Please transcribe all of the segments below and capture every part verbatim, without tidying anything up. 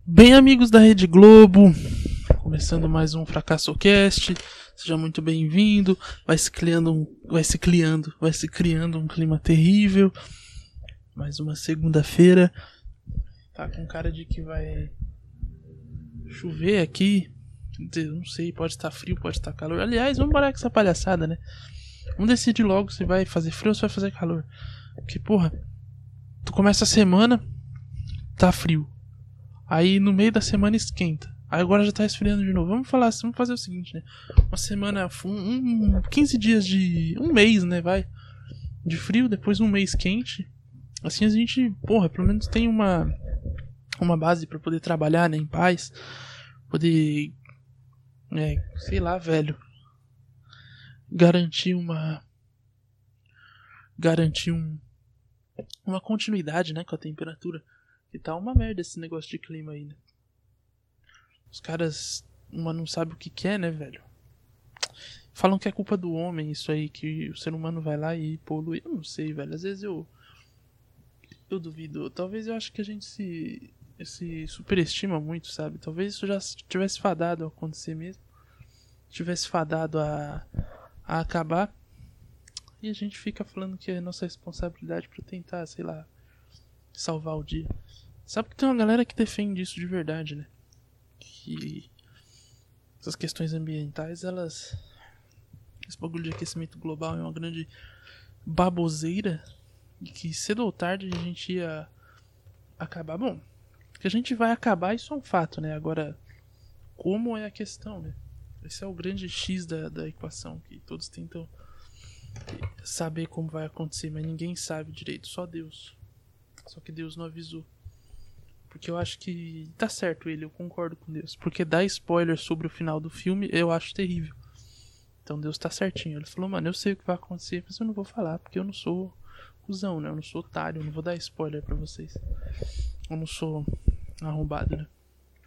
Bem, amigos da Rede Globo, começando mais um FracassoCast, seja muito bem-vindo. Vai se criando, um, vai se criando, vai se criando um clima terrível. Mais uma segunda-feira, tá com cara de que vai chover aqui. Não sei, pode estar frio, pode estar calor. Aliás, vamos parar com essa palhaçada, né? Vamos decidir logo se vai fazer frio ou se vai fazer calor. Porque, porra, tu começa a semana, tá frio. Aí no meio da semana esquenta. Aí agora já tá esfriando de novo. Vamos falar assim, vamos fazer o seguinte, né? Uma semana, um, um, quinze dias de... Um mês, né, vai? De frio, depois um mês quente. Assim a gente, porra, pelo menos tem uma... Uma base pra poder trabalhar, né, em paz. Poder... É, sei lá, velho. Garantir uma... Garantir um... Uma continuidade, né, com a temperatura. E tá uma merda esse negócio de clima aí, né? Os caras uma não sabem o que quer, né, velho? Falam que é culpa do homem isso aí, que o ser humano vai lá e polui. Eu não sei, velho. Às vezes eu... Eu duvido. Talvez eu acho que a gente se... Se superestima muito, sabe? Talvez isso já tivesse fadado a acontecer mesmo. Tivesse fadado a... A acabar. E a gente fica falando que é nossa responsabilidade pra tentar, sei lá... Salvar o dia. Sabe que tem uma galera que defende isso de verdade, né? Que essas questões ambientais, elas... Esse bagulho de aquecimento global é uma grande baboseira. E que cedo ou tarde a gente ia acabar. Bom, que a gente vai acabar, isso é um fato, né? Agora, como é a questão, né? Esse é o grande X da, da equação, que todos tentam saber como vai acontecer, mas ninguém sabe direito, só Deus. Só que Deus não avisou. Porque eu acho que tá certo ele, eu concordo com Deus. Porque dar spoiler sobre o final do filme eu acho terrível. Então Deus tá certinho. Ele falou, mano, eu sei o que vai acontecer, mas eu não vou falar, porque eu não sou cuzão, né? Eu não sou otário, eu não vou dar spoiler pra vocês. Eu não sou arrombado, né?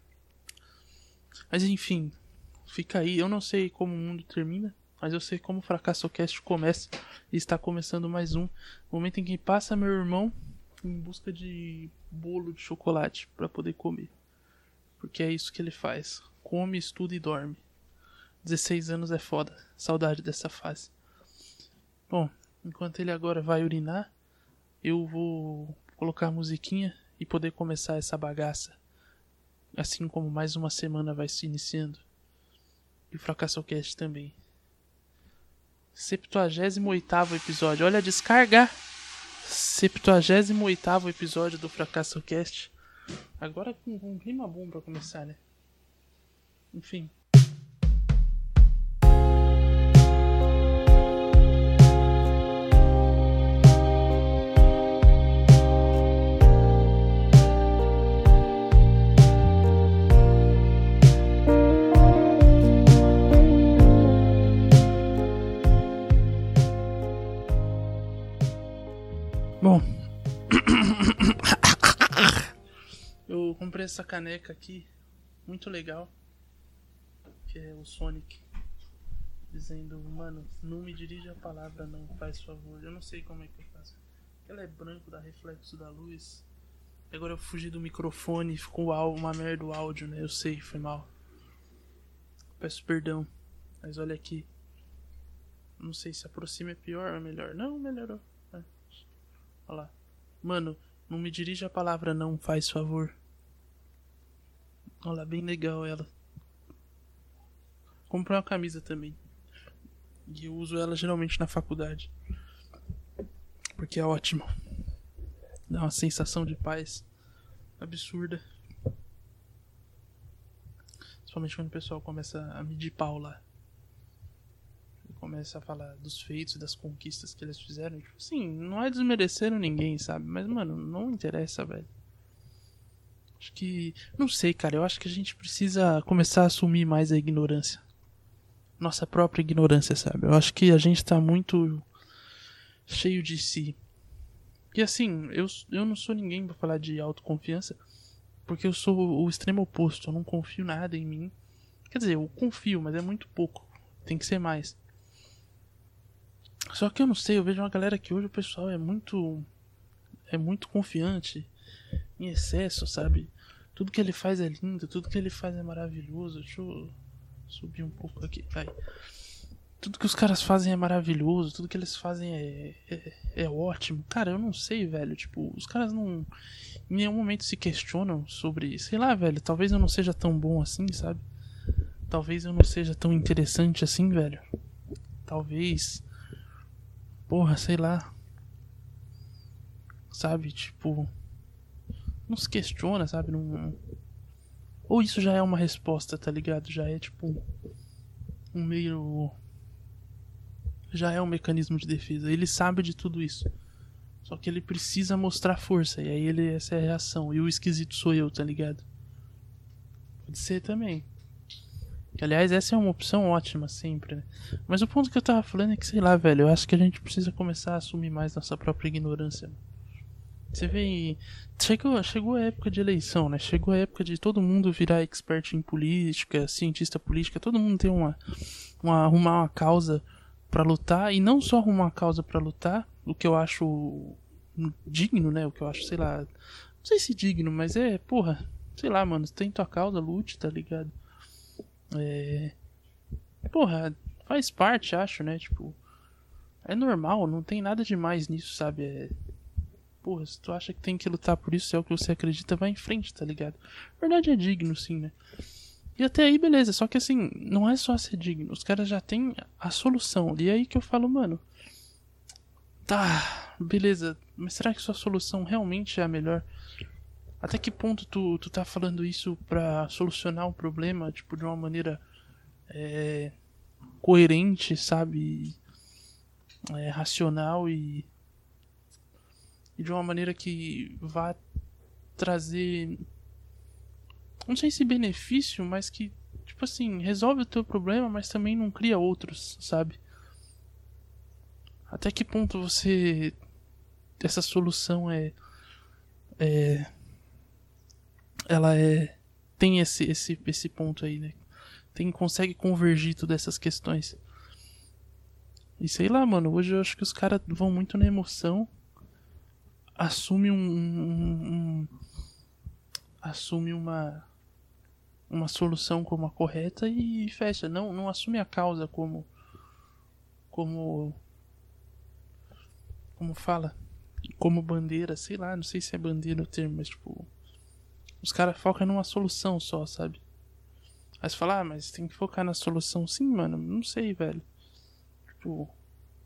Mas enfim, fica aí. Eu não sei como o mundo termina, mas eu sei como o FracassoCast começa. E está começando mais um. Momento em que passa meu irmão em busca de bolo de chocolate para poder comer. Porque é isso que ele faz. Come, estuda e dorme. dezesseis anos é foda. Saudade dessa fase. Bom, enquanto ele agora vai urinar, eu vou colocar a musiquinha e poder começar essa bagaça. Assim como mais uma semana vai se iniciando. E o FracassoCast também. septuagésimo oitavo episódio. Olha a descarga! septuagésimo oitavo episódio do FracassoCast. Agora com um clima bom pra começar, né? Enfim. Bom, eu comprei essa caneca aqui, muito legal, que é o Sonic, dizendo, mano, não me dirija a palavra não, faz favor. Eu não sei como é que eu faço. Ela é branco, dá reflexo da luz. Agora eu fugi do microfone, ficou uma merda o áudio, né? Eu sei, foi mal. Peço perdão, mas olha aqui. Não sei se aproxima é pior ou melhor. Não, melhorou. Olha lá. Mano, não me dirija a palavra não, faz favor. Olha lá, bem legal ela. Comprei uma camisa também. E eu uso ela geralmente na faculdade. Porque é ótimo. Dá uma sensação de paz absurda. Principalmente quando o pessoal começa a medir pau lá. Começa a falar dos feitos, das conquistas que eles fizeram. Tipo assim, não é desmerecendo ninguém, sabe? Mas, mano, não interessa, velho. Acho que... Não sei, cara. Eu acho que a gente precisa começar a assumir mais a ignorância. Nossa própria ignorância, sabe? Eu acho que a gente tá muito cheio de si. E assim, eu, eu não sou ninguém pra falar de autoconfiança. Porque eu sou o extremo oposto. Eu não confio nada em mim. Quer dizer, eu confio, mas é muito pouco. Tem que ser mais. Só que eu não sei, eu vejo uma galera que hoje o pessoal é muito... É muito confiante em excesso, sabe? Tudo que ele faz é lindo, tudo que ele faz é maravilhoso. Deixa eu subir um pouco aqui, vai. Tudo que os caras fazem é maravilhoso, tudo que eles fazem é, é, é ótimo. Cara, eu não sei, velho. Tipo, os caras não em nenhum momento se questionam sobre, sei lá, velho. Talvez eu não seja tão bom assim, sabe? Talvez eu não seja tão interessante assim, velho. Talvez. Porra, sei lá. Sabe, tipo. Não se questiona, sabe? Não... Ou isso já é uma resposta, tá ligado? Já é tipo. Um meio. Já é um mecanismo de defesa. Ele sabe de tudo isso. Só que ele precisa mostrar força. E aí ele, essa é a reação. E o esquisito sou eu, tá ligado? Pode ser também. Que, aliás, essa é uma opção ótima sempre, né? Mas o ponto que eu tava falando é que, sei lá, velho, eu acho que a gente precisa começar a assumir mais nossa própria ignorância. Você vê. Chegou, chegou a época de eleição, né? Chegou a época de todo mundo virar expert em política, cientista política, todo mundo ter uma. uma arrumar uma causa pra lutar, e não só arrumar uma causa pra lutar, o que eu acho digno, né? O que eu acho, sei lá. Não sei se digno, mas é, porra, sei lá, mano, tem tua causa, lute, tá ligado? É. Porra, faz parte, acho, né? Tipo. É normal, não tem nada demais nisso, sabe? É. Porra, se tu acha que tem que lutar por isso, é o que você acredita, vai em frente, tá ligado? Na verdade é digno, sim, né? E até aí, beleza. Só que assim, não é só ser digno. Os caras já têm a solução. E é aí que eu falo, mano. Tá, beleza. Mas será que sua solução realmente é a melhor? Até que ponto tu, tu tá falando isso pra solucionar um problema, tipo, de uma maneira é, coerente, sabe? É, racional e, e de uma maneira que vá trazer... Não sei se benefício, mas que, tipo assim, resolve o teu problema, mas também não cria outros, sabe? Até que ponto você... Essa solução é... é ela é... Tem esse, esse, esse ponto aí, né? Tem, consegue convergir todas essas questões. E sei lá, mano, hoje eu acho que os caras vão muito na emoção. Assume um... um, um assume uma... uma solução como a correta e fecha. Não, não assume a causa como como como fala, como bandeira, sei lá, não sei se é bandeira o termo, mas tipo, os caras focam numa solução só, sabe? Aí você fala, ah, mas tem que focar na solução. Sim, mano, não sei, velho. Tipo, o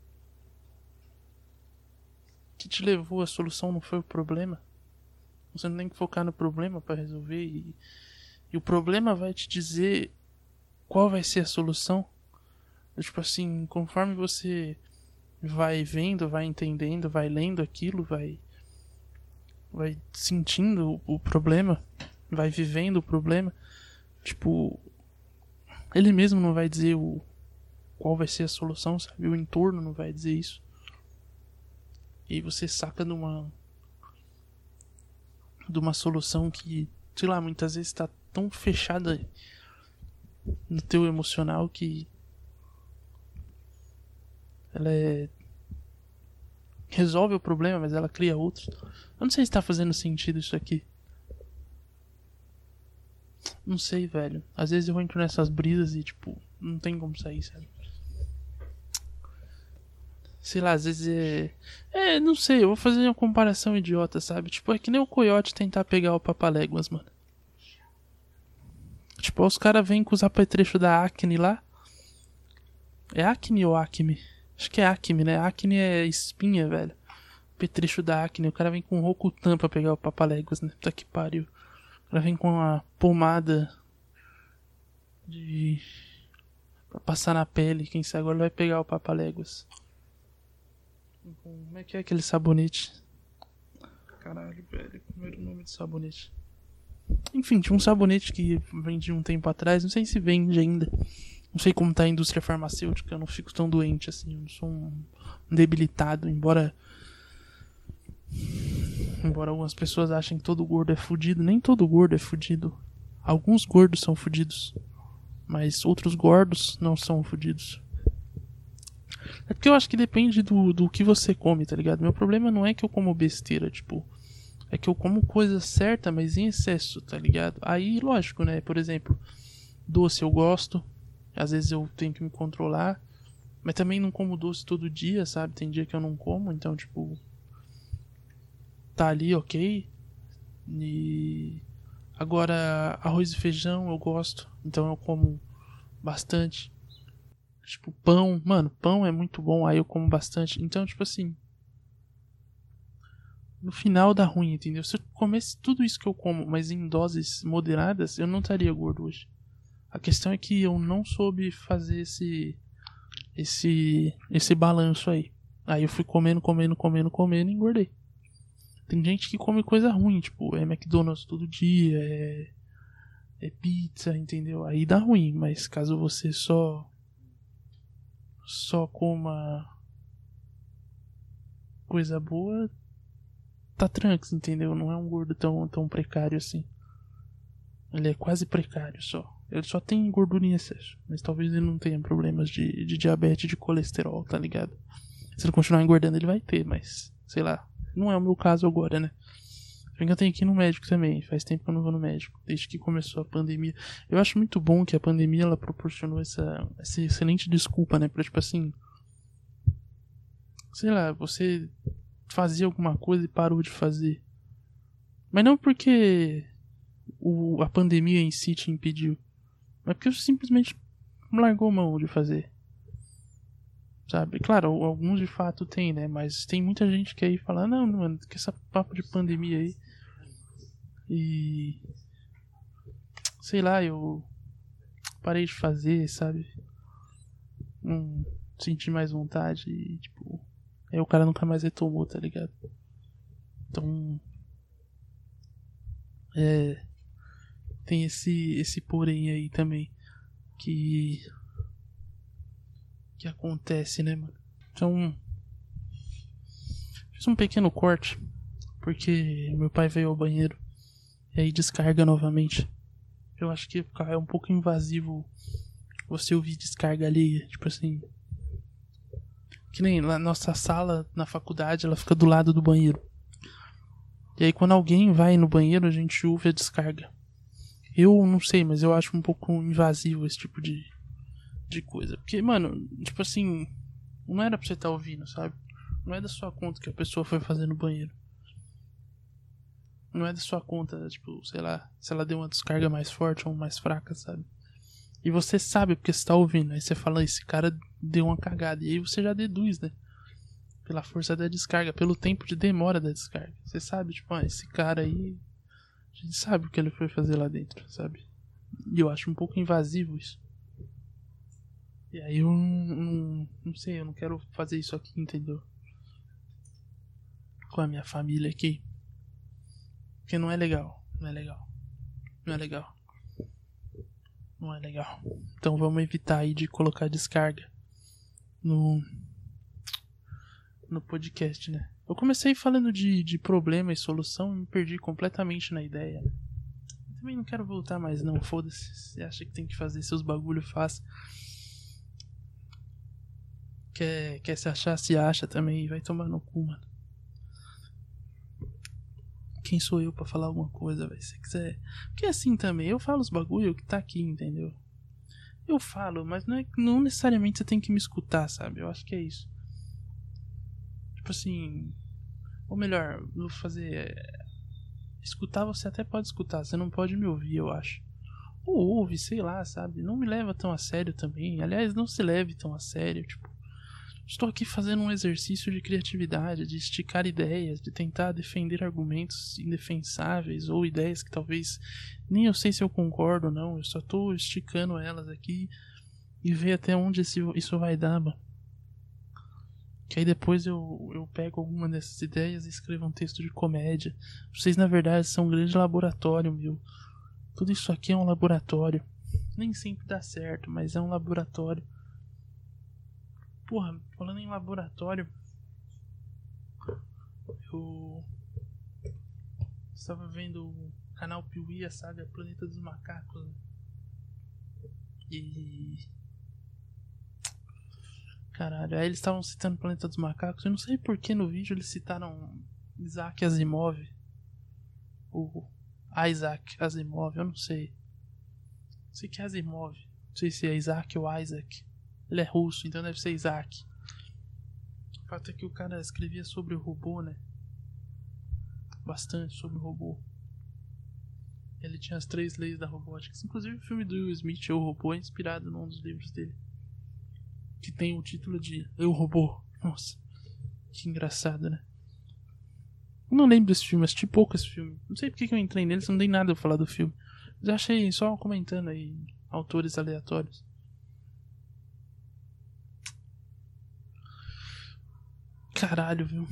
que te levou, a solução não foi o problema. Você não tem que focar no problema pra resolver e E o problema vai te dizer qual vai ser a solução. Tipo assim, conforme você vai vendo, vai entendendo, vai lendo aquilo, vai vai sentindo o problema, vai vivendo o problema, tipo, ele mesmo não vai dizer o qual vai ser a solução, sabe? O entorno não vai dizer isso. E você saca de uma de uma solução que, sei lá, muitas vezes tá tão fechada no teu emocional que ela é... resolve o problema, mas ela cria outros. Eu não sei se tá fazendo sentido isso aqui. Não sei, velho. Às vezes eu entro nessas brisas e tipo, não tem como sair, sabe? Sei lá, às vezes é... É, não sei, eu vou fazer uma comparação idiota, sabe? Tipo, é que nem o coiote tentar pegar o Papaléguas, mano. Tipo, os caras vêm com os apetrechos da Acme lá. É Acme ou Acme? Acho que é Acme, né? Acme é espinha, velho. Petrecho da Acme. O cara vem com um Rokutan pra pegar o Papaléguas, né? Puta que pariu. O cara vem com uma pomada de... pra passar na pele. Quem sabe agora vai pegar o Papaléguas. Como é que é aquele sabonete? Caralho, velho. Como era o nome do sabonete? Enfim, tinha um sabonete que vendia um tempo atrás. Não sei se vende ainda. Não sei como tá a indústria farmacêutica. Eu não fico tão doente assim. Eu não sou um debilitado. Embora... Embora algumas pessoas achem que todo gordo é fudido. Nem todo gordo é fudido. Alguns gordos são fudidos. Mas outros gordos não são fudidos. É porque eu acho que depende do, do que você come, tá ligado? Meu problema não é que eu como besteira, tipo... É que eu como coisa certa, mas em excesso, tá ligado? Aí, lógico, né? Por exemplo, doce eu gosto. Às vezes eu tenho que me controlar. Mas também não como doce todo dia, sabe? Tem dia que eu não como, então, tipo... Tá ali, ok. E... Agora, arroz e feijão eu gosto. Então eu como bastante. Tipo, pão. Mano, pão é muito bom. Aí eu como bastante. Então, tipo assim... No final dá ruim, entendeu? Se eu comesse tudo isso que eu como, mas em doses moderadas, eu não estaria gordo hoje. A questão é que eu não soube fazer esse esse esse balanço aí. Aí eu fui comendo, comendo, comendo, comendo e engordei. Tem gente que come coisa ruim, tipo, é McDonald's todo dia, é, é pizza, entendeu? Aí dá ruim, mas caso você só só coma coisa boa, tá tranquilo, entendeu? Não é um gordo tão, tão precário assim. Ele é quase precário só. Ele só tem gordura em excesso. Mas talvez ele não tenha problemas de, de diabetes, de colesterol, tá ligado? Se ele continuar engordando, ele vai ter, mas sei lá. Não é o meu caso agora, né? Eu tenho que ir no médico também. Faz tempo que eu não vou no médico. Desde que começou a pandemia. Eu acho muito bom que a pandemia ela proporcionou essa, essa excelente desculpa, né? Pra tipo assim. Sei lá, você fazia alguma coisa e parou de fazer. Mas não porque o, a pandemia em si te impediu. Mas porque você simplesmente largou mão de fazer. Sabe? Claro, alguns de fato tem, né? Mas tem muita gente que aí fala, não, mano, que essa papo de pandemia aí. E... Sei lá, eu parei de fazer, sabe? Não senti mais vontade e, tipo... Aí o cara nunca mais retomou, tá ligado? Então... É... Tem esse, esse porém aí também. Que... Que acontece, né, mano? Então... Fiz um pequeno corte. Porque meu pai veio ao banheiro. E aí descarga novamente. Eu acho que é um pouco invasivo você ouvir descarga alheia. Tipo assim... Que nem na nossa sala, na faculdade, ela fica do lado do banheiro. E aí quando alguém vai no banheiro, a gente ouve a descarga. Eu não sei, mas eu acho um pouco invasivo esse tipo de, de coisa. Porque, mano, tipo assim... Não era pra você estar ouvindo, sabe? Não é da sua conta que a pessoa foi fazer no banheiro. Não é da sua conta, tipo, sei lá, se ela deu uma descarga mais forte ou mais fraca, sabe? E você sabe porque você tá ouvindo. Aí você fala, esse cara deu uma cagada. E aí você já deduz, né? Pela força da descarga, pelo tempo de demora da descarga. Você sabe, tipo, ah, esse cara aí... A gente sabe o que ele foi fazer lá dentro, sabe? E eu acho um pouco invasivo isso. E aí eu não, não, não sei, eu não quero fazer isso aqui, entendeu? Com a minha família aqui. Porque não é legal. Não é legal. Não é legal. Não é legal. Então vamos evitar aí de colocar descarga no, no podcast, né? Eu comecei falando de, de problema e solução e me perdi completamente na ideia. Né? Também não quero voltar mais não, foda-se. Você acha que tem que fazer seus bagulho, faz. Quer, quer se achar, se acha também. Vai tomar no cu, mano. Quem sou eu pra falar alguma coisa, velho? Se quiser. Porque assim também, eu falo os bagulho que tá aqui, entendeu? Eu falo, mas não, é, não necessariamente você tem que me escutar, sabe? Eu acho que é isso. Tipo assim... Ou melhor, vou fazer... Escutar você até pode escutar, você não pode me ouvir, eu acho. Ou ouve, sei lá, sabe? Não me leva tão a sério também. Aliás, não se leve tão a sério, tipo... Estou aqui fazendo um exercício de criatividade, de esticar ideias, de tentar defender argumentos indefensáveis ou ideias que talvez nem eu sei se eu concordo ou não. Eu só estou esticando elas aqui e ver até onde isso vai dar, mano. Que aí depois eu, eu pego alguma dessas ideias e escrevo um texto de comédia. Vocês, na verdade, são um grande laboratório, meu. Tudo isso aqui é um laboratório. Nem sempre dá certo, mas é um laboratório. Porra, falando em laboratório, eu estava vendo o canal Piuí, a saga Planeta dos Macacos. Né? E... Caralho, aí eles estavam citando Planeta dos Macacos. Eu não sei porque no vídeo eles citaram Isaac Asimov. O Isaac Asimov, eu não sei. Não sei que é Asimov. Não sei se é Isaac ou Isaac. Ele é russo, então deve ser Isaac. O fato é que o cara escrevia sobre o robô, né? Bastante sobre o robô. Ele tinha as três leis da robótica. Inclusive o filme do Will Smith, O Robô, é inspirado num dos livros dele. Que tem o título de Eu, Robô. Nossa, que engraçado, né? Eu não lembro desse filme, assisti pouco esse filme. Não sei porque que eu entrei nele, não tem nada pra falar do filme. Mas eu achei só comentando aí, autores aleatórios. Caralho, viu?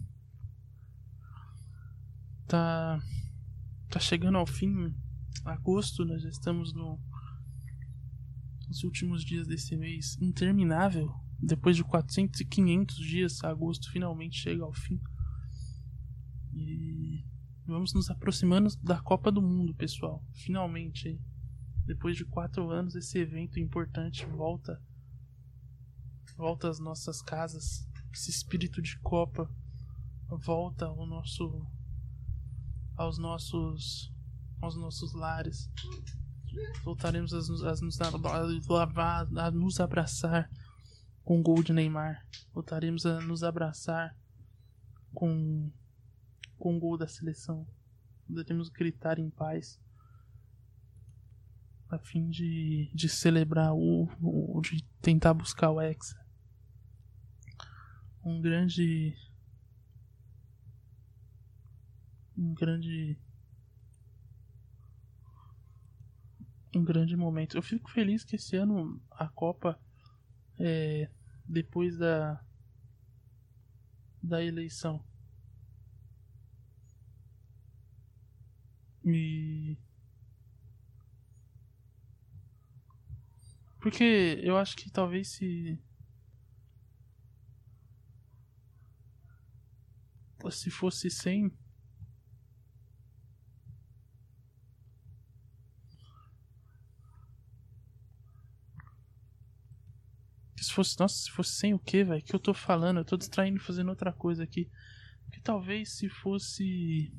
Tá... Tá chegando ao fim, agosto, nós já estamos no, nos últimos dias desse mês interminável. Depois de quatrocentos e quinhentos dias, agosto finalmente chega ao fim. E vamos nos aproximando da Copa do Mundo, pessoal. Finalmente, depois de quatro anos, esse evento importante volta, volta às nossas casas. Esse espírito de Copa volta ao nosso... aos nossos aos nossos lares. Voltaremos a nos, a, nos, a, a nos abraçar com o gol de Neymar. Voltaremos a nos abraçar com, com o gol da seleção. Voltaremos a gritar em paz a fim de, de celebrar o, o de tentar buscar o Hexa. Um grande um grande um grande momento. Eu fico feliz que esse ano a Copa, é, depois da da eleição, e porque eu acho que talvez se se fosse sem Se fosse, nossa, se fosse sem o que, velho? Que eu tô falando? Eu tô distraindo fazendo outra coisa aqui. Que talvez se fosse.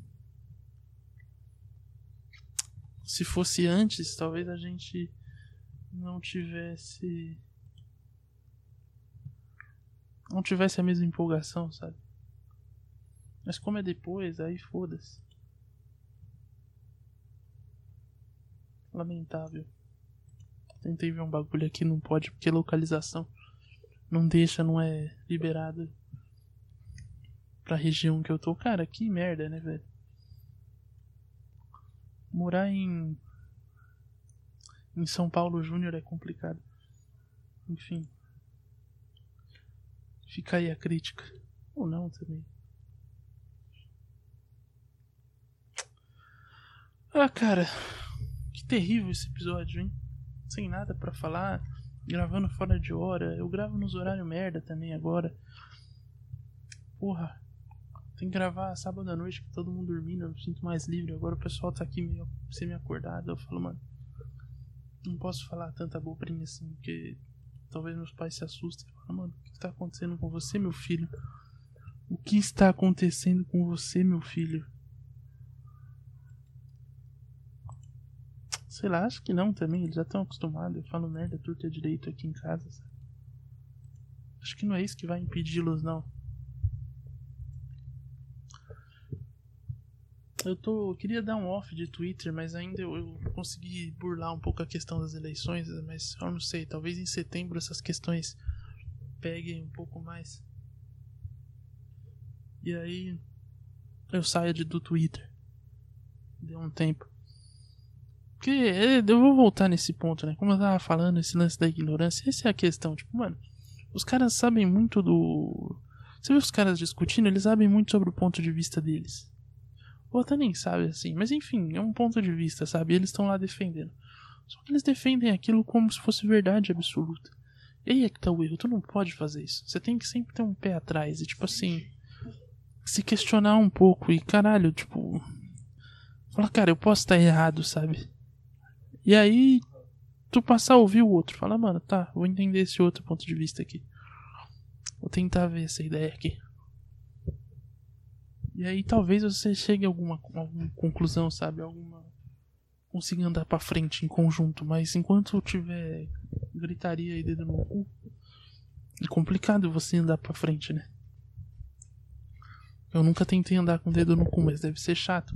Se fosse antes, talvez a gente não tivesse. Não tivesse a mesma empolgação, sabe? Mas como é depois, aí foda-se. Lamentável. Tentei ver um bagulho aqui, não pode, porque localização não deixa, não é liberado pra região que eu tô. Cara, que merda, né, velho? Morar em em São Paulo Júnior é complicado. Enfim, fica aí a crítica. Ou não também. Ah, cara, que terrível esse episódio, hein? Sem nada pra falar, gravando fora de hora. Eu gravo nos horários merda também agora. Porra, tem que gravar sábado à noite com todo mundo dormindo. Eu me sinto mais livre. Agora o pessoal tá aqui meio semi-acordado. Eu falo, mano, não posso falar tanta abobrinha assim, porque talvez meus pais se assustem. Falam, mano, o que está acontecendo com você, meu filho? O que está acontecendo com você, meu filho? Sei lá, acho que não também. Eles já estão acostumados. Eu falo merda tudo é direito aqui em casa, sabe? Acho que não é isso que vai impedi-los, não. Eu tô, eu queria dar um off de Twitter, mas ainda eu, eu consegui burlar um pouco a questão das eleições, mas eu não sei, talvez em setembro essas questões peguem um pouco mais. E aí eu saia de, do Twitter. Deu um tempo. Porque eu vou voltar nesse ponto, né? Como eu tava falando, esse lance da ignorância, essa é a questão. Tipo, mano, os caras sabem muito do... Você vê os caras discutindo, eles sabem muito sobre o ponto de vista deles. Ou até nem sabe assim, mas enfim, é um ponto de vista, sabe? Eles estão lá defendendo. Só que eles defendem aquilo como se fosse verdade absoluta. E aí é que tá o erro, tu não pode fazer isso. Você tem que sempre ter um pé atrás e tipo assim, se questionar um pouco e caralho, tipo, falar, cara, eu posso estar errado, sabe? E aí tu passar a ouvir o outro, fala, mano, tá, vou entender esse outro ponto de vista aqui. Vou tentar ver essa ideia aqui. E aí talvez você chegue a alguma, alguma conclusão, sabe? Alguma. Consiga andar pra frente em conjunto. Mas enquanto tiver gritaria e dedo no cu, é complicado você andar pra frente, né? Eu nunca tentei andar com o dedo no cu, mas deve ser chato.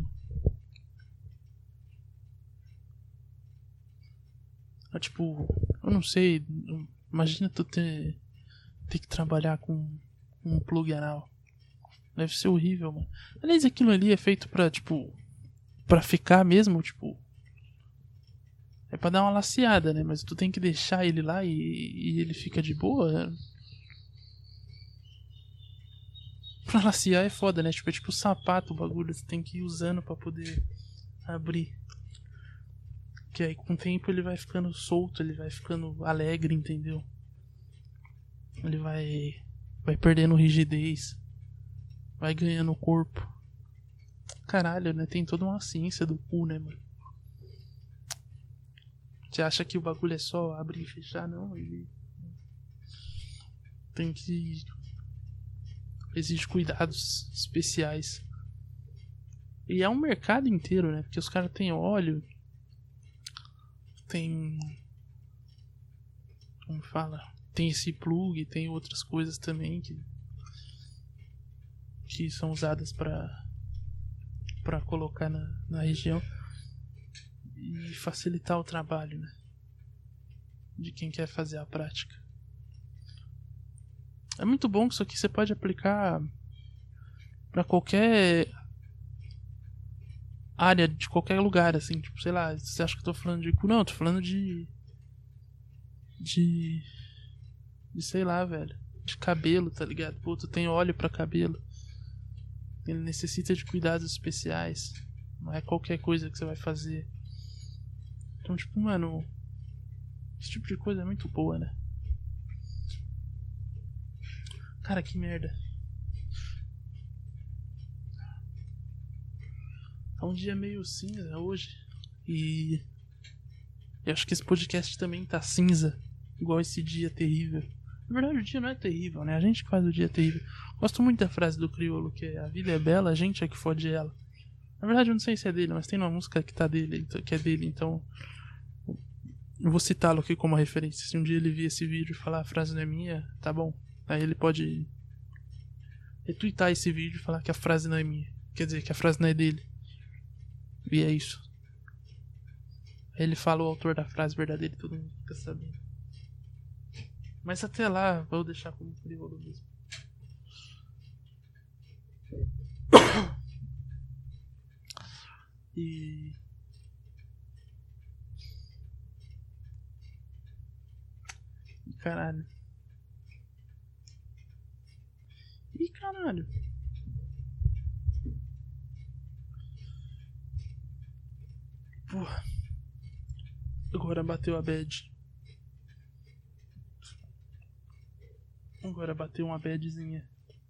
É, tipo, eu não sei. Imagina tu ter, ter que trabalhar com um plug anal. Deve ser horrível, mano. Aliás, aquilo ali é feito pra, tipo, pra ficar mesmo, tipo. É pra dar uma laceada, né? Mas tu tem que deixar ele lá e, e ele fica de boa. Pra lacear é foda, né? Tipo, é tipo sapato o bagulho. Você tem que ir usando pra poder abrir. Que aí com o tempo ele vai ficando solto, ele vai ficando alegre, entendeu? Ele vai. Vai perdendo rigidez. Vai ganhando corpo. Caralho, né? Tem toda uma ciência do cu, né, mano? Você acha que o bagulho é só abrir e fechar? Não, ele. Tem que. Exige cuidados especiais. E é um mercado inteiro, né? Porque os caras têm óleo. Tem. Como fala? Tem esse plug, tem outras coisas também que. Que são usadas pra. Pra colocar na, na região. E facilitar o trabalho, né? De quem quer fazer a prática. É muito bom que isso aqui você pode aplicar pra qualquer área de qualquer lugar, assim, tipo, sei lá, você acha que eu tô falando de cu? Não, eu tô falando de. De. De sei lá, velho. De cabelo, tá ligado? Pô, tu tem óleo pra cabelo. Ele necessita de cuidados especiais. Não é qualquer coisa que você vai fazer. Então, tipo, mano. Esse tipo de coisa é muito boa, né? Cara, que merda. Tá um dia meio cinza hoje. E. Eu acho que esse podcast também tá cinza. Igual esse dia terrível. Na verdade, o dia não é terrível, né? A gente que faz o dia terrível. Gosto muito da frase do Criolo, que é: a vida é bela, a gente é que fode ela. Na verdade, eu não sei se é dele, mas tem uma música que tá dele, que é dele, então. Eu vou citá-lo aqui como referência. Se um dia ele vir esse vídeo e falar a frase não é minha, tá bom. Aí ele pode retweetar esse vídeo e falar que a frase não é minha. Quer dizer, que a frase não é dele. E é isso. Aí ele fala o autor da frase verdadeira e todo mundo fica sabendo. Mas até lá, vou deixar como Criolo mesmo. E. E caralho. E caralho. Porra. Agora bateu a bad. Agora bateu uma badzinha.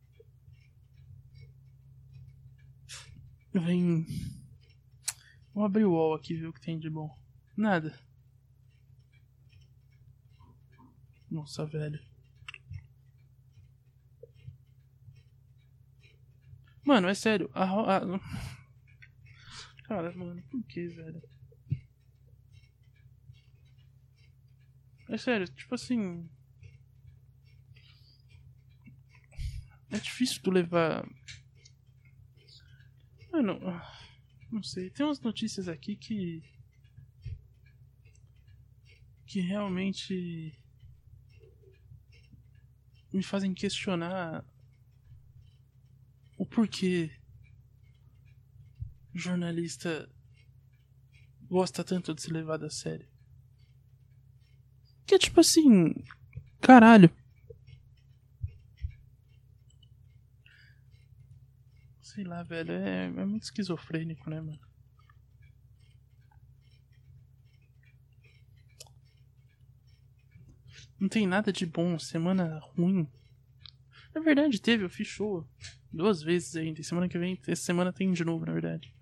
Vem. Vou abrir o wall aqui e ver o que tem de bom. Nada. Nossa, velho. Mano, é sério. A, a... Cara, mano, por que, velho? É sério, tipo assim. É difícil tu levar. Mano, não sei. Tem umas notícias aqui que. Que realmente. Me fazem questionar. O porquê. O jornalista. Gosta tanto de ser levado a sério. Que é tipo assim. Caralho. Sei lá, velho. É, é muito esquizofrênico, né, mano? Não tem nada de bom. Semana ruim. Na verdade, teve. Eu fiz show duas vezes ainda. E semana que vem. Essa semana tem de novo, na verdade.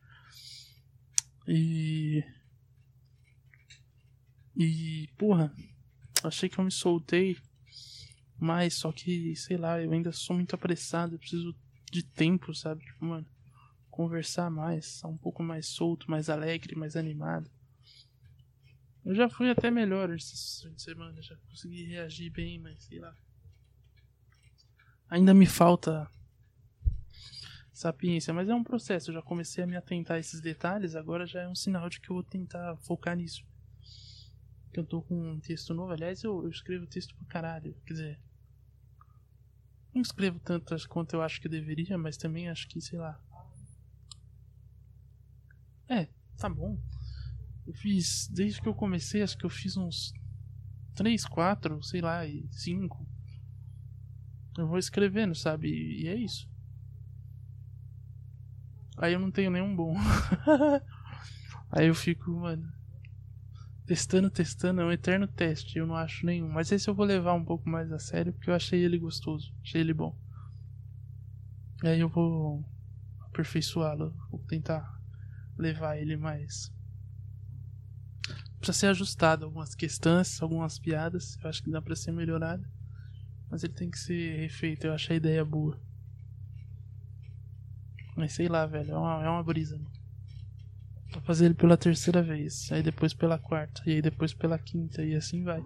E. E. Porra. Achei que eu me soltei. Mas, só que, sei lá, eu ainda sou muito apressado. Eu preciso de tempo, sabe? Tipo, mano. conversar mais, estar um pouco mais solto, mais alegre, mais animado. Eu já fui até melhor esse fim de semana, já consegui reagir bem, mas sei lá. Ainda me falta sapiência, mas é um processo. Eu já comecei a me atentar a esses detalhes, agora já é um sinal de que eu vou tentar focar nisso. Que eu tô com um texto novo, aliás, eu, eu escrevo texto pra caralho, quer dizer, não escrevo tantas quanto eu acho que eu deveria, mas também acho que, sei lá. É, tá bom. Eu fiz, desde que eu comecei, acho que eu fiz uns três, quatro, sei lá, e cinco. Eu vou escrevendo, sabe? E, e é isso. Aí eu não tenho nenhum bom. Aí eu fico, mano, testando, testando, é um eterno teste. Eu não acho nenhum. Mas esse eu vou levar um pouco mais a sério, porque eu achei ele gostoso. Achei ele bom. E aí eu vou aperfeiçoá-lo. Vou tentar levar ele mais. Precisa ser ajustado algumas questões, algumas piadas. Eu acho que dá pra ser melhorado. Mas ele tem que ser refeito. Eu acho a ideia boa. Mas sei lá, velho. É uma, é uma brisa, mano. Vou fazer ele pela terceira vez. Aí depois pela quarta. E aí depois pela quinta. E assim vai.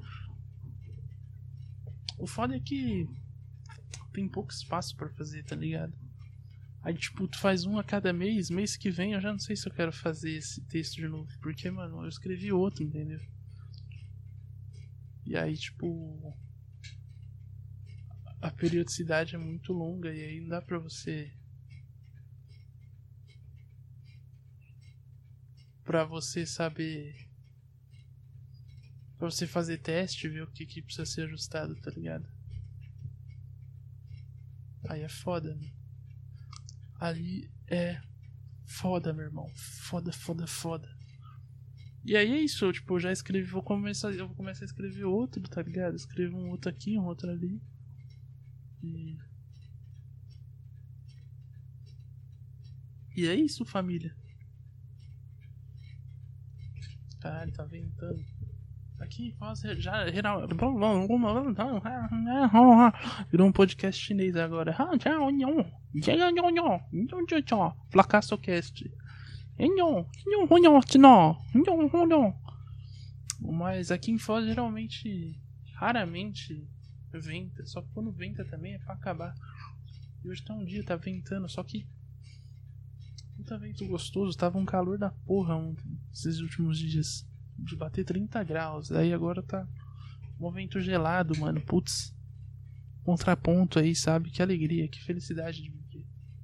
O foda é que tem pouco espaço pra fazer, tá ligado? Aí tipo, tu faz um a cada mês. Mês que vem eu já não sei se eu quero fazer esse texto de novo. Porque, mano, eu escrevi outro, entendeu? E aí, tipo, a periodicidade é muito longa. E aí não dá pra você Pra você saber, pra você fazer teste, ver o que, que precisa ser ajustado, tá ligado? Aí é foda, né? Ali é foda, meu irmão. Foda, foda, foda. E aí é isso, eu, tipo, eu já escrevi, vou começar, eu vou começar a escrever outro, tá ligado? Escrevo um outro aqui, um outro ali. E E é isso, família. Caralho, tá ventando. Aqui, já virou um podcast chinês agora. Fracassocast. Mas aqui em Foz geralmente, raramente venta. Só que quando venta também é pra acabar. E hoje tá um dia, tá ventando, só que puta vento gostoso, tava um calor da porra ontem, esses últimos dias. De bater trinta graus. Aí agora tá um vento gelado, mano. Putz. Contraponto aí, sabe? Que alegria, que felicidade de viver.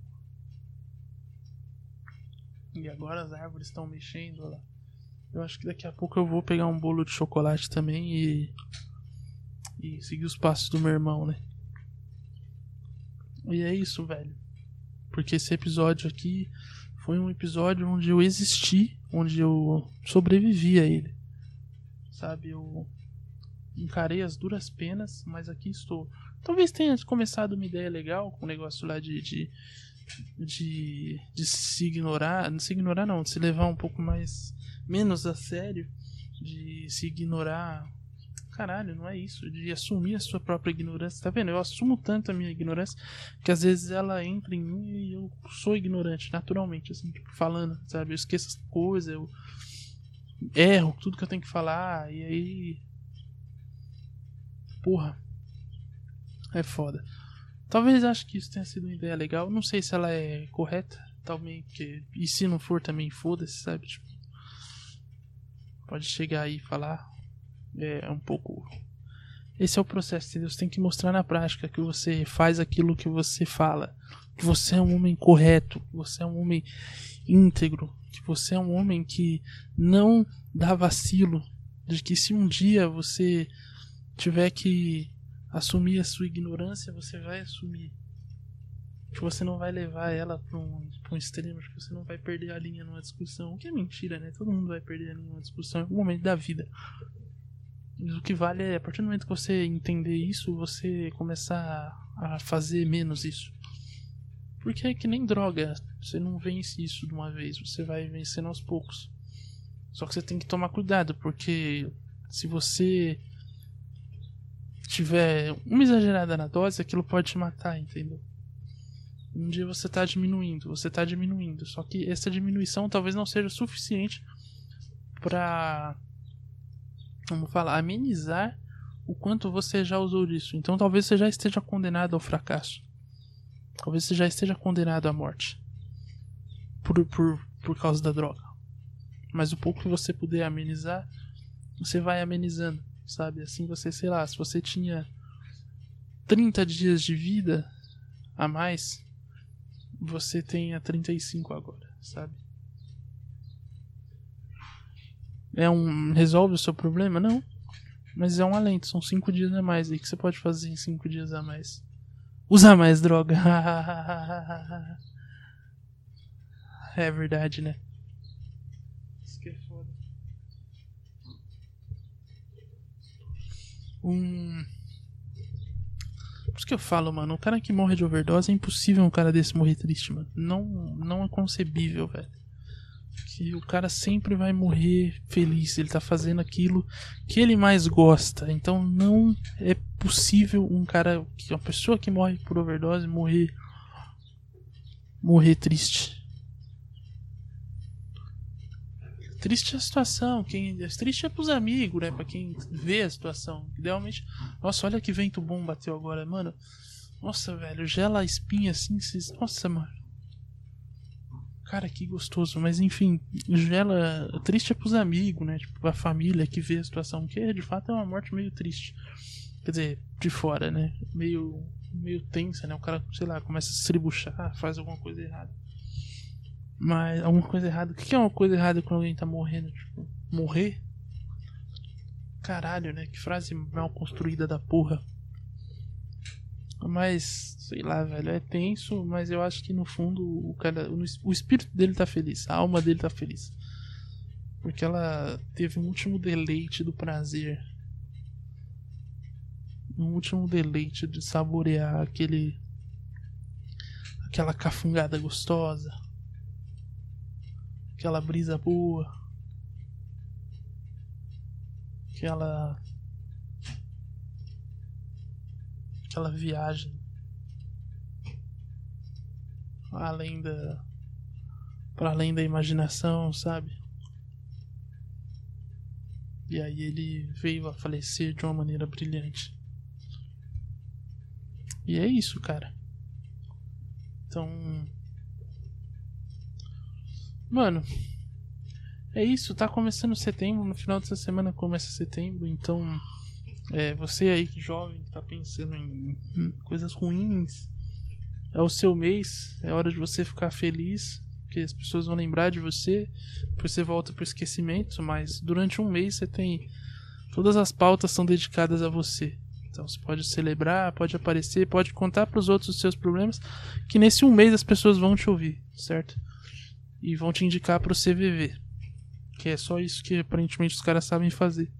E agora as árvores estão mexendo, olha lá. Eu acho que daqui a pouco eu vou pegar um bolo de chocolate também e. E seguir os passos do meu irmão, né? E é isso, velho. Porque esse episódio aqui foi um episódio onde eu existi, onde eu sobrevivi a ele. Sabe, eu encarei as duras penas, mas aqui estou. Talvez tenha começado uma ideia legal com o negócio lá de de, de de se ignorar, não se ignorar não, de se levar um pouco mais, menos a sério, de se ignorar. Caralho, não é isso, de assumir a sua própria ignorância, tá vendo? Eu assumo tanto a minha ignorância que às vezes ela entra em mim e eu sou ignorante, naturalmente, assim, tipo, falando, sabe? Eu esqueço as coisas, eu erro tudo que eu tenho que falar, e aí. Porra. É foda. Talvez acho que isso tenha sido uma ideia legal. Não sei se ela é correta. Também, porque. E se não for, também foda-se, sabe? Tipo, pode chegar aí e falar. É um pouco. Esse é o processo, entendeu? Você tem que mostrar na prática que você faz aquilo que você fala. Que você é um homem correto. Que você é um homem íntegro. Que você é um homem que não dá vacilo. De que se um dia você tiver que assumir a sua ignorância, você vai assumir. Que você não vai levar ela para um, pra um extremo, que você não vai perder a linha numa discussão. O que é mentira, né? Todo mundo vai perder a linha numa discussão em algum momento da vida. Mas o que vale é, a partir do momento que você entender isso, você começar a fazer menos isso. Porque é que nem droga. Você não vence isso de uma vez, você vai vencendo aos poucos. Só que você tem que tomar cuidado, porque se você tiver uma exagerada na dose, aquilo pode te matar, entendeu? Um dia você tá diminuindo, você tá diminuindo. Só que essa diminuição talvez não seja suficiente pra, vamos falar, amenizar o quanto você já usou disso. Então talvez você já esteja condenado ao fracasso. Talvez você já esteja condenado à morte. Por, por, por causa da droga. Mas o pouco que você puder amenizar, você vai amenizando, sabe? Assim você, sei lá, se você tinha trinta dias de vida a mais, você tenha trinta e cinco agora, sabe? É um... resolve o seu problema? Não. Mas é um alento, são cinco dias a mais aí que você pode fazer em cinco dias a mais. Usar mais droga. É verdade, né? Isso que é foda. Um... Por isso que eu falo, mano, o cara que morre de overdose é impossível um cara desse morrer triste, mano. Não, não é concebível, velho. Que o cara sempre vai morrer feliz. Ele tá fazendo aquilo que ele mais gosta. Então não é possível um cara, uma pessoa que morre por overdose morrer morrer triste. Triste é a situação, quem triste é pros amigos, né? Pra quem vê a situação. Idealmente, nossa, olha que vento bom bateu agora, mano. Nossa, velho, gela a espinha assim, vocês... nossa, mano. Cara, que gostoso, mas enfim, gela. Triste é pros amigos, né? Tipo, a família que vê a situação, que de fato é uma morte meio triste. Quer dizer, de fora, né? Meio, meio tensa, né? O cara, sei lá, começa a se tribuchar, faz alguma coisa errada. Mas alguma coisa errada. O que é uma coisa errada quando alguém tá morrendo? Tipo, morrer? Caralho, né? Que frase mal construída da porra. Mas, sei lá, velho, é tenso, mas eu acho que no fundo o cara, o espírito dele tá feliz, a alma dele tá feliz. Porque ela teve um último deleite do prazer. Um último deleite de saborear aquele aquela cafungada gostosa. Aquela brisa boa. Aquela aquela viagem além da para além da imaginação, sabe? E aí ele veio a falecer de uma maneira brilhante. E é isso, cara. Então, mano, é isso, tá começando setembro, no final dessa semana começa setembro, então é, você aí que jovem que tá pensando em, em coisas ruins, é o seu mês, é hora de você ficar feliz, porque as pessoas vão lembrar de você, depois você volta pro esquecimento, mas durante um mês você tem, todas as pautas são dedicadas a você. Então você pode celebrar, pode aparecer, pode contar pros outros os seus problemas, que nesse um mês as pessoas vão te ouvir, certo? E vão te indicar pro C V V, que é só isso que aparentemente os caras sabem fazer.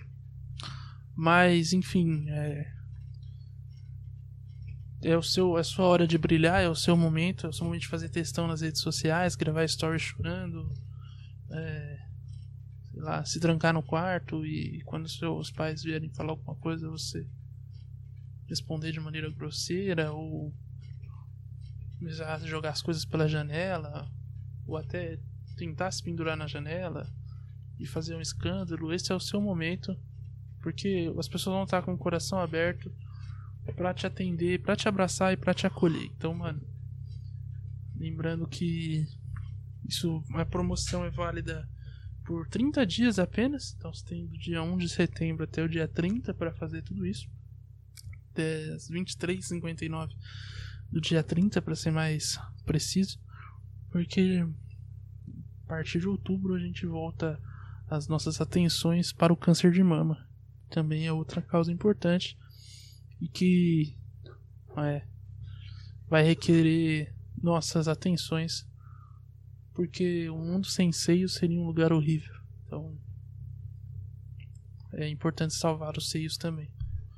Mas, enfim, é... é o seu, é a sua hora de brilhar, é o seu momento, é o seu momento de fazer textão nas redes sociais, gravar stories chorando, é... sei lá, se trancar no quarto e quando seus pais vierem falar alguma coisa, você responder de maneira grosseira ou jogar as coisas pela janela ou até tentar se pendurar na janela e fazer um escândalo. Esse é o seu momento, porque as pessoas vão estar com o coração aberto pra te atender, pra te abraçar e pra te acolher. Então, mano, lembrando que isso, a promoção é válida por trinta dias apenas. Então você tem do dia um de setembro até o dia trinta para fazer tudo isso. Até as vinte e três e cinquenta e nove do dia trinta, para ser mais preciso. Porque a partir de outubro a gente volta as nossas atenções para o câncer de mama. Também é outra causa importante e que é, vai requerer nossas atenções, porque o mundo sem seios seria um lugar horrível. Então é importante salvar os seios também.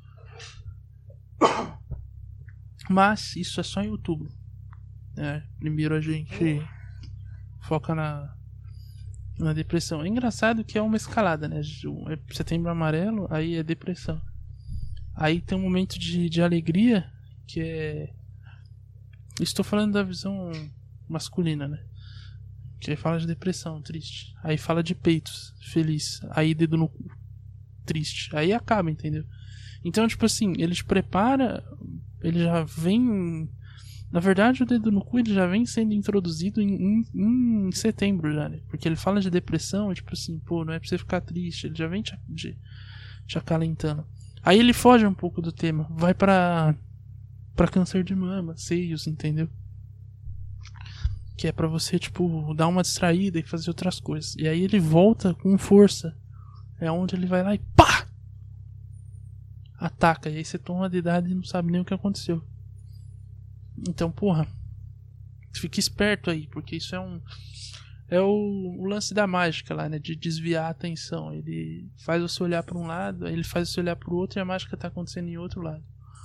Mas isso é só em outubro, né? Primeiro a gente foca na na depressão. É engraçado que é uma escalada, né? É setembro amarelo, aí é depressão. Aí tem um momento de, de alegria, que é Estou falando da visão masculina, né? Que aí fala de depressão, triste. Aí fala de peitos, feliz. Aí dedo no cu, triste. Aí acaba, entendeu? Então, tipo assim, ele te prepara, ele já vem... Na verdade, o dedo no cu ele já vem sendo introduzido em, em, em setembro já, né? Porque ele fala de depressão, tipo assim, pô, não é pra você ficar triste. Ele já vem te, te, te acalentando. Aí ele foge um pouco do tema. Vai pra, pra câncer de mama, seios, entendeu? Que é pra você, tipo, dar uma distraída e fazer outras coisas. E aí ele volta com força. É onde ele vai lá e pá! Ataca. E aí você toma uma dedada e não sabe nem o que aconteceu. Então, porra, fique esperto aí, porque isso é um... É o, o lance da mágica lá, né? De desviar a atenção. Ele faz você olhar pra um lado, aí ele faz você olhar pro outro e a mágica tá acontecendo em outro lado.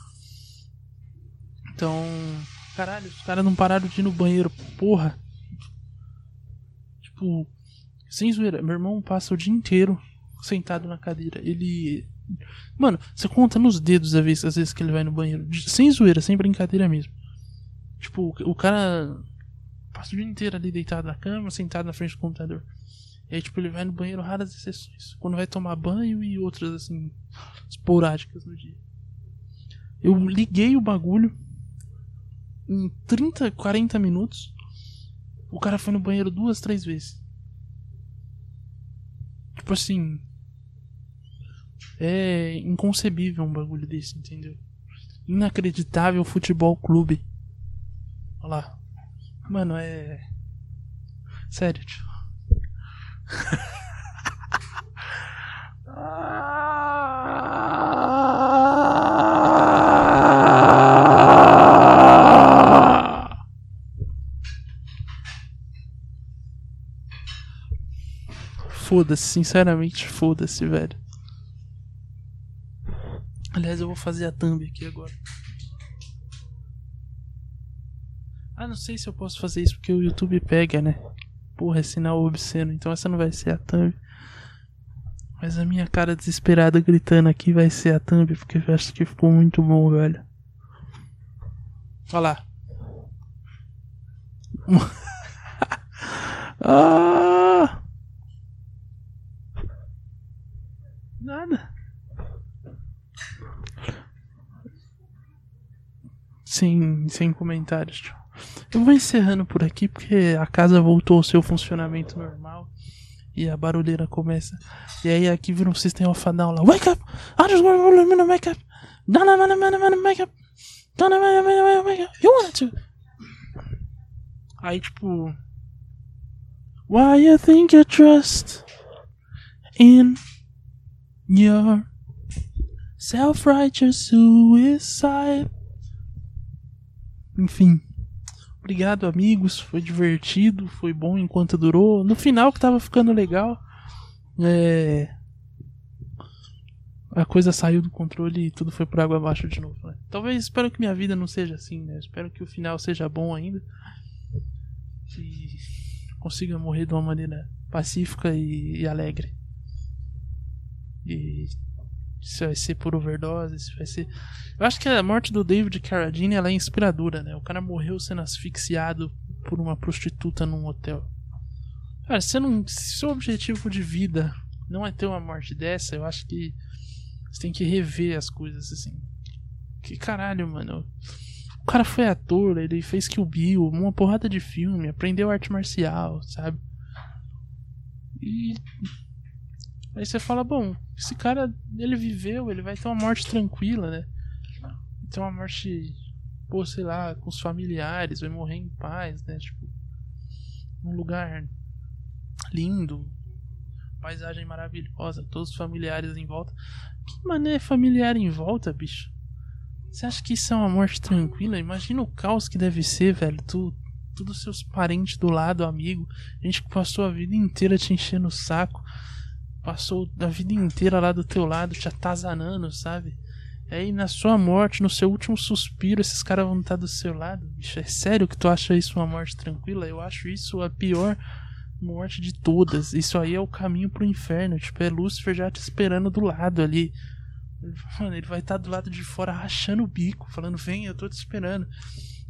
Então... Caralho, os caras não pararam de ir no banheiro, porra. Tipo, sem zoeira, meu irmão passa o dia inteiro sentado na cadeira. Ele... Mano, você conta nos dedos às vezes, às vezes que ele vai no banheiro. Sem zoeira, sem brincadeira mesmo. Tipo, o cara passa o dia inteiro ali deitado na cama, sentado na frente do computador. E aí, tipo, ele vai no banheiro raras exceções. Quando vai tomar banho e outras, assim, esporádicas no dia. Eu liguei o bagulho. Em trinta, quarenta minutos, o cara foi no banheiro duas, três vezes. Tipo assim, é inconcebível um bagulho desse, entendeu? Inacreditável futebol clube. Olha lá. Mano, é... Sério, tio. Foda-se, sinceramente, foda-se, velho. Aliás, eu vou fazer a thumb aqui agora. Ah, não sei se eu posso fazer isso porque o YouTube pega, né? Porra, é sinal obsceno, então essa não vai ser a thumb. Mas a minha cara desesperada gritando aqui vai ser a thumb, porque eu acho que ficou muito bom, velho. Olha lá. Ah! Nada. Sem, sem comentários, tio. Eu vou encerrando por aqui porque a casa voltou ao seu funcionamento normal e a barulheira começa. E aí aqui vira um sistema of a down lá. Wake up! I just want to wake up! No, no, no, no, no, no, wake up! No, no, no, no, no, wake up! You want to? Aí tipo... Why you think you trust in your self-righteous suicide? Enfim. Obrigado, amigos. Foi divertido. Foi bom enquanto durou. No final que tava ficando legal. É... A coisa saiu do controle e tudo foi por água abaixo de novo, né? Talvez, espero que minha vida não seja assim, né? Espero que o final seja bom ainda. Que consiga morrer de uma maneira pacífica e, e alegre. E se vai ser por overdose, se vai ser... Eu acho que a morte do David Carradine, ela é inspiradora, né? O cara morreu sendo asfixiado por uma prostituta num hotel. Cara, se, não, se seu objetivo de vida não é ter uma morte dessa, eu acho que você tem que rever as coisas, assim. Que caralho, mano. O cara foi ator, ele fez Kill Bill, uma porrada de filme, aprendeu arte marcial, sabe? E... aí você fala, bom, esse cara, ele viveu, ele vai ter uma morte tranquila, né? Vai ter uma morte, pô, sei lá, com os familiares, vai morrer em paz, né? Tipo, num lugar lindo, paisagem maravilhosa, todos os familiares em volta. Que mané familiar em volta, bicho? Você acha que isso é uma morte tranquila? Imagina o caos que deve ser, velho. Tu, todos os seus parentes do lado, amigo, gente que passou a vida inteira te enchendo o saco. Passou a vida inteira lá do teu lado, te atazanando, sabe? E aí na sua morte, no seu último suspiro, esses caras vão estar do seu lado. Bicho, é sério que tu acha isso uma morte tranquila? Eu acho isso a pior morte de todas. Isso aí é o caminho pro inferno. Tipo, é Lúcifer já te esperando do lado ali. Mano, ele vai estar do lado de fora rachando o bico, falando, vem, eu tô te esperando.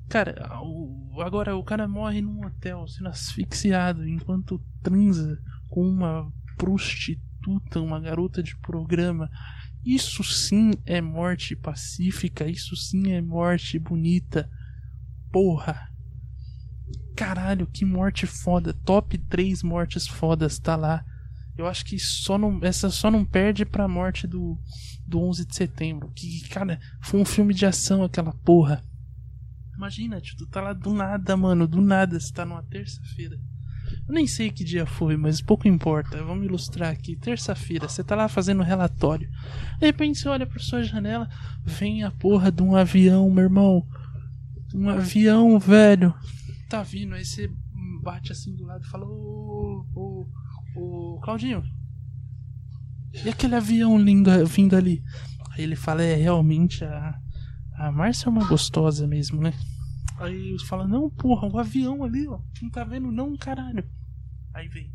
Cara, o, agora o cara morre num hotel sendo asfixiado enquanto transa com uma prostituta, uma garota de programa. Isso sim é morte pacífica, isso sim é morte bonita. Porra. Caralho, que morte foda. Top três mortes fodas tá lá. Eu acho que só não, essa só não perde pra morte do, do onze de setembro. Que, cara, foi um filme de ação aquela porra. Imagina, tio, tu tá lá do nada, mano. Do nada, você tá numa terça-feira. Eu nem sei que dia foi, mas pouco importa. Vamos ilustrar aqui. Terça-feira, você tá lá fazendo um relatório. De repente você olha pra sua janela, vem a porra de um avião, meu irmão. Um avião, velho. Tá vindo, aí você bate assim do lado e fala: Ô, ô, ô, Claudinho, e aquele avião lindo vindo ali? Aí ele fala: É, realmente a, a Márcia é uma gostosa mesmo, né? Aí você fala: Não, porra, o avião ali, ó, não tá vendo não, caralho. Aí vem.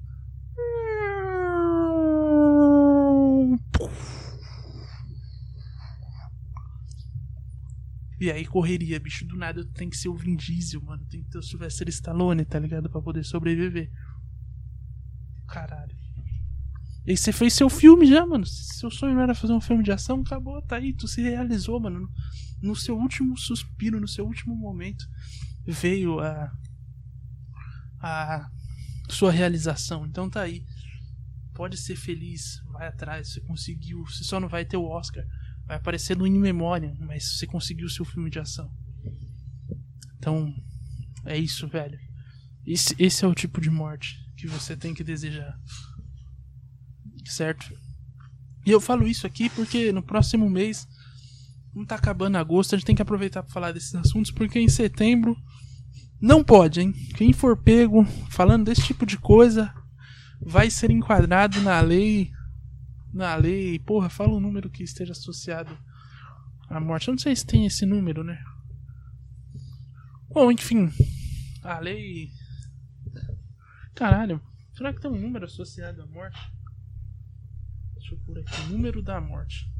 E aí correria, bicho, do nada tem que ser o Vin Diesel, mano. Tem que ter o Sylvester Stallone, tá ligado? Pra poder sobreviver. Caralho. E aí você fez seu filme já, mano. Seu sonho não era fazer um filme de ação, acabou, tá aí. Tu se realizou, mano. No seu último suspiro, no seu último momento, veio a... a sua realização. Então tá aí. Pode ser feliz, vai atrás, você conseguiu. Você só não vai ter o Oscar. Vai aparecer no In Memoriam, mas você conseguiu o seu filme de ação. Então, é isso, velho. Esse, esse é o tipo de morte que você tem que desejar. Certo? E eu falo isso aqui porque no próximo mês, não tá acabando agosto, a gente tem que aproveitar pra falar desses assuntos, porque em setembro não pode, hein? Quem for pego falando desse tipo de coisa vai ser enquadrado na lei... Na lei, porra, fala um número que esteja associado à morte. Eu não sei se tem esse número, né? Bom, enfim. A lei. Caralho, será que tem um número associado à morte? Deixa eu pôr aqui. Número da morte.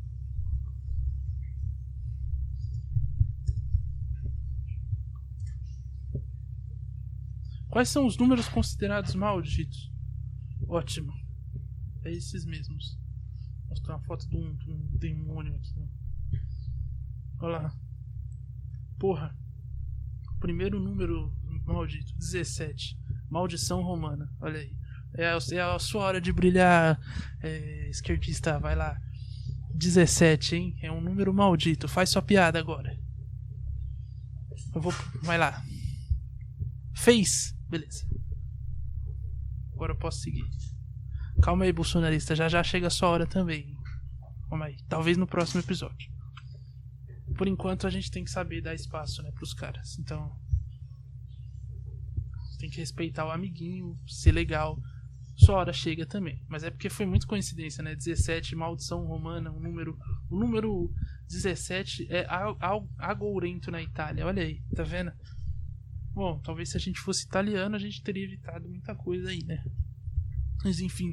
Quais são os números considerados malditos? Ótimo. É esses mesmos. Vou mostrar uma foto de um, de um demônio aqui. Olha lá. Porra. Primeiro número maldito. dezessete. Maldição romana. Olha aí. É a, é a sua hora de brilhar, é, esquerdista. Vai lá. dezessete, hein? É um número maldito. Faz sua piada agora. Eu vou... Vai lá. Fez. Beleza. Agora eu posso seguir. Calma aí, bolsonarista. Já já chega a sua hora também. Calma aí. Talvez no próximo episódio. Por enquanto a gente tem que saber dar espaço, né, pros caras. Então... Tem que respeitar o amiguinho. Ser legal. Sua hora chega também. Mas é porque foi muito coincidência, né? dezessete, maldição romana. Um número... O número dezessete é agourento na Itália. Olha aí. Tá vendo? Bom, talvez se a gente fosse italiano a gente teria evitado muita coisa aí, né? Mas enfim.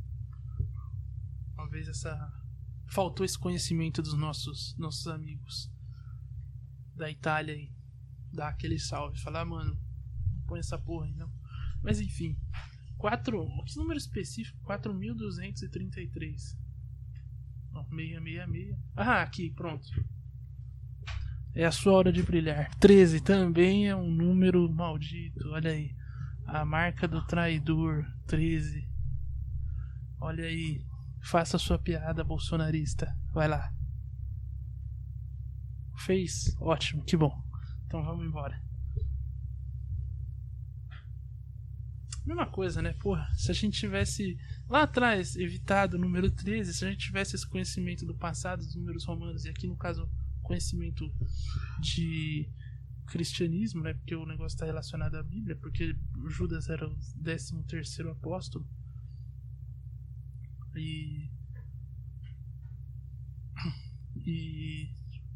Talvez essa... Faltou esse conhecimento dos nossos, nossos amigos da Itália aí. Dar aquele salve. Falar, mano, não põe essa porra aí, não. Mas enfim. quatro... Que número específico? quatro mil duzentos e trinta e três. Ó, seiscentos e sessenta e seis. Ah, aqui, pronto. É a sua hora de brilhar. treze também é um número maldito. Olha aí. A marca do traidor. treze. Olha aí. Faça sua piada, bolsonarista. Vai lá. Fez? Ótimo, que bom. Então vamos embora. Mesma coisa, né? Porra, se a gente tivesse lá atrás evitado o número treze, se a gente tivesse esse conhecimento do passado dos números romanos, e aqui no caso conhecimento de cristianismo, né? Porque o negócio está relacionado à Bíblia, porque Judas era o décimo terceiro apóstolo. E... E...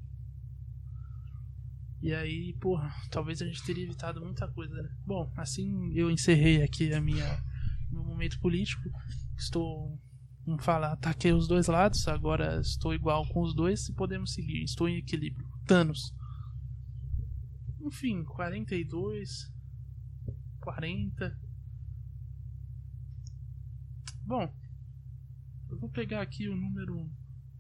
E aí, porra, talvez a gente teria evitado muita coisa, né? Bom, assim eu encerrei aqui a minha meu momento político. Estou, vamos falar, ataquei os dois lados, agora estou igual com os dois e podemos seguir. Estou em equilíbrio. Thanos. Enfim, quarenta e dois, quarenta. Bom, eu vou pegar aqui o número.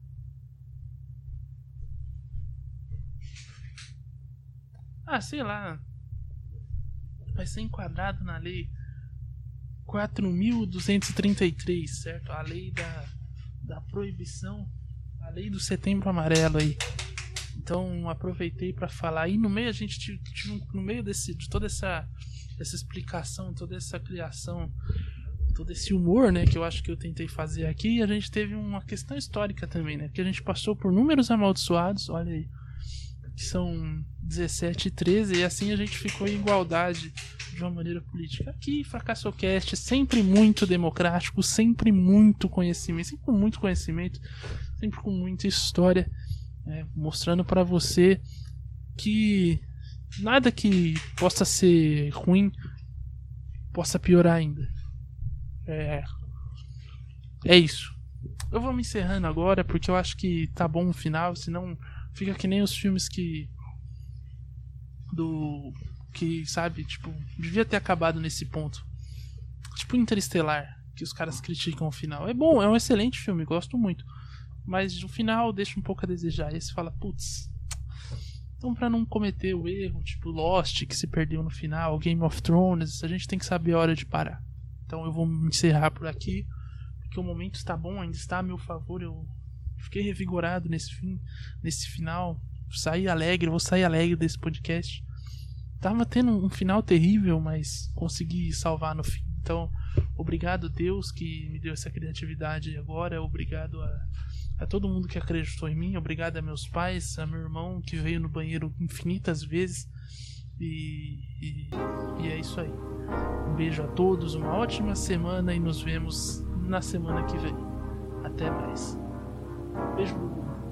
Ah, sei lá. Vai ser enquadrado na lei quatro mil duzentos e trinta e três, certo? A lei da, da proibição, a lei do Setembro Amarelo aí. Então aproveitei para falar. E no meio a gente tive, tive no meio desse, de toda essa, essa explicação, toda essa criação, todo esse humor, né, que eu acho que eu tentei fazer aqui, a gente teve uma questão histórica também, né? Que a gente passou por números amaldiçoados, olha aí, que são dezessete e treze, e assim a gente ficou em igualdade de uma maneira política. Aqui, FracassoCast, sempre muito democrático, sempre muito conhecimento, sempre com muito conhecimento, sempre com muita história, né, mostrando pra você que nada que possa ser ruim possa piorar ainda. É, é isso. Eu vou me encerrando agora porque eu acho que tá bom o final, senão fica que nem os filmes que do que, sabe, tipo, devia ter acabado nesse ponto. Tipo Interestelar, que os caras criticam o final. É bom, é um excelente filme, gosto muito. Mas o final deixa um pouco a desejar. E aí você fala, putz. Então, pra não cometer o erro, tipo Lost, que se perdeu no final, Game of Thrones, a gente tem que saber a hora de parar. Então eu vou me encerrar por aqui, porque o momento está bom, ainda está a meu favor. Eu fiquei revigorado nesse fim, nesse final. Saí alegre, vou sair alegre desse podcast. Tava tendo um final terrível, mas consegui salvar no fim. Então, obrigado Deus que me deu essa criatividade agora. Obrigado a, a todo mundo que acreditou em mim. Obrigado a meus pais, a meu irmão que veio no banheiro infinitas vezes. E, e, e é isso aí. Um beijo a todos, uma ótima semana e nos vemos na semana que vem. Até mais. Beijo.